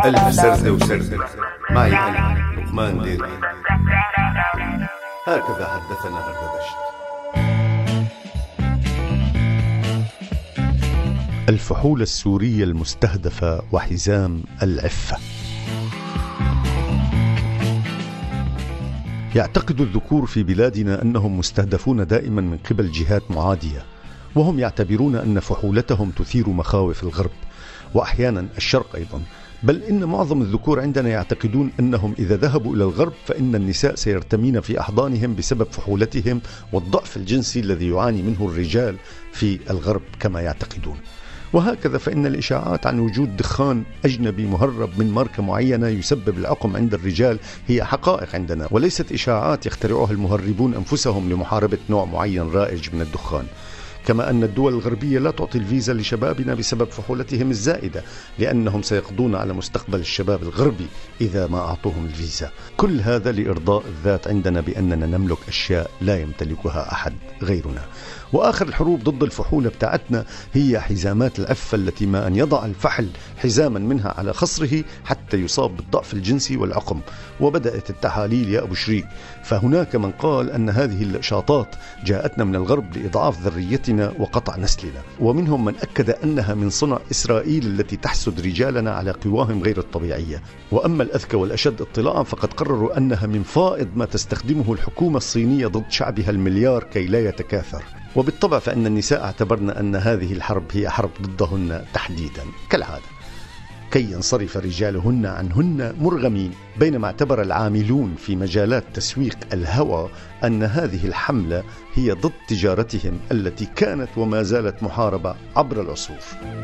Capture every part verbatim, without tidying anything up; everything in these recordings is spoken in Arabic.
ألف سردة وسردة معي أنا لقمان ديري. هكذا حدثنا هردبشت. الفحول السورية المستهدفة وحزام العفة. يعتقد الذكور في بلادنا أنهم مستهدفون دائما من قبل جهات معادية، وهم يعتبرون أن فحولتهم تثير مخاوف الغرب وأحيانا الشرق أيضا، بل إن معظم الذكور عندنا يعتقدون أنهم إذا ذهبوا إلى الغرب فإن النساء سيرتمين في أحضانهم بسبب فحولتهم والضعف الجنسي الذي يعاني منه الرجال في الغرب كما يعتقدون. وهكذا فإن الإشاعات عن وجود دخان أجنبي مهرب من ماركة معينة يسبب العقم عند الرجال هي حقائق عندنا، وليست إشاعات يخترعوها المهربون أنفسهم لمحاربة نوع معين رائج من الدخان. كما أن الدول الغربية لا تعطي الفيزا لشبابنا بسبب فحولتهم الزائدة، لأنهم سيقضون على مستقبل الشباب الغربي إذا ما أعطوهم الفيزا. كل هذا لإرضاء الذات عندنا بأننا نملك أشياء لا يمتلكها أحد غيرنا. وآخر الحروب ضد الفحولة بتاعتنا هي حزامات العفة، التي ما أن يضع الفحل حزاما منها على خصره حتى يصاب بالضعف الجنسي والعقم. وبدأت التحاليل يا أبو شريك، فهناك من قال أن هذه الإشاطات جاءتنا من الغرب لإضعاف ذريتنا وقطع نسلنا، ومنهم من أكد أنها من صنع إسرائيل التي تحسد رجالنا على قواهم غير الطبيعية. وأما الأذكى والأشد اطلاعا فقد قرروا أنها من فائض ما تستخدمه الحكومة الصينية ضد شعبها المليار كي لا يتكاثر. وبالطبع فإن النساء اعتبرن أن هذه الحرب هي حرب ضدهن تحديدا كالعادة، كي ينصرف رجالهن عنهن مرغمين، بينما اعتبر العاملون في مجالات تسويق الهوى أن هذه الحملة هي ضد تجارتهم التي كانت وما زالت محاربة عبر العصور.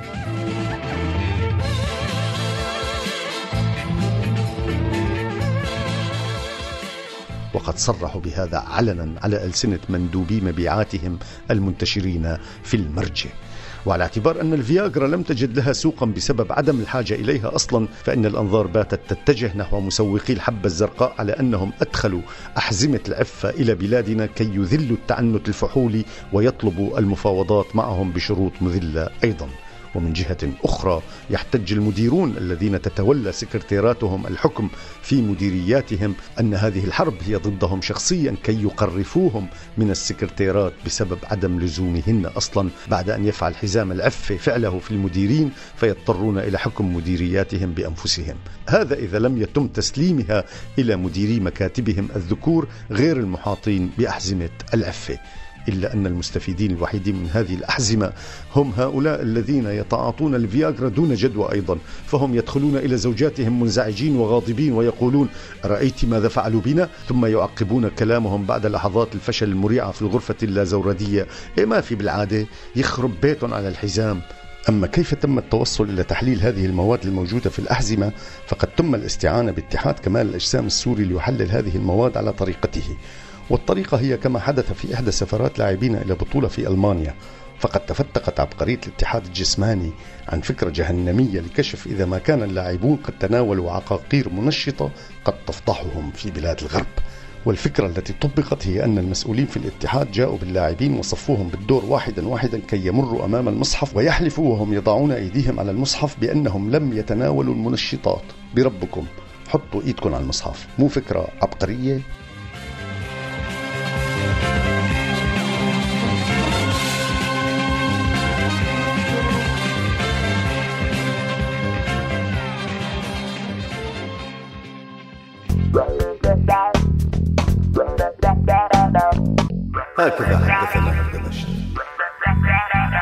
وقد صرحوا بهذا علنا على ألسنة مندوبي مبيعاتهم المنتشرين في المرجع. وعلى اعتبار أن الفياغرا لم تجد لها سوقا بسبب عدم الحاجة إليها أصلا، فإن الأنظار باتت تتجه نحو مسوقي الحبة الزرقاء على أنهم أدخلوا أحزمة العفة إلى بلادنا كي يذلوا التعنت الفحولي ويطلبوا المفاوضات معهم بشروط مذلة أيضا. ومن جهة أخرى يحتج المديرون الذين تتولى سكرتيراتهم الحكم في مديرياتهم أن هذه الحرب هي ضدهم شخصيا كي يقرفوهم من السكرتيرات بسبب عدم لزومهن أصلا، بعد أن يفعل حزام العفة فعله في المديرين فيضطرون إلى حكم مديرياتهم بأنفسهم. هذا إذا لم يتم تسليمها إلى مديري مكاتبهم الذكور غير المحاطين بأحزمة العفة. إلا أن المستفيدين الوحيدين من هذه الأحزمة هم هؤلاء الذين يتعاطون الفياغرا دون جدوى أيضا، فهم يدخلون إلى زوجاتهم منزعجين وغاضبين ويقولون رأيت ماذا فعلوا بنا، ثم يعقبون كلامهم بعد لحظات الفشل المريعة في الغرفة اللازوردية إيه ما في بالعادة يخرب بيتهم على الحزام. أما كيف تم التوصل إلى تحليل هذه المواد الموجودة في الأحزمة، فقد تم الاستعانة باتحاد كمال الأجسام السوري ليحلل هذه المواد على طريقته. والطريقة هي كما حدث في إحدى سفرات لاعبين إلى بطولة في ألمانيا، فقد تفتقت عبقرية الاتحاد الجسماني عن فكرة جهنمية لكشف إذا ما كان اللاعبون قد تناولوا عقاقير منشطة قد تفضحهم في بلاد الغرب. والفكرة التي طبقت هي أن المسؤولين في الاتحاد جاءوا باللاعبين وصفوهم بالدور واحدا واحدا كي يمروا أمام المصحف ويحلفوا وهم يضعون أيديهم على المصحف بأنهم لم يتناولوا المنشطات. بربكم حطوا إيدكم على المصحف، مو فكرة عبقرية؟ هكذا حدثنا هردبشت.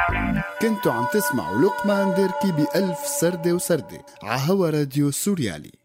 كنتوا عم تسمعوا لقمان ديركي بألف سردة وسردة عهوا راديو سوريالي.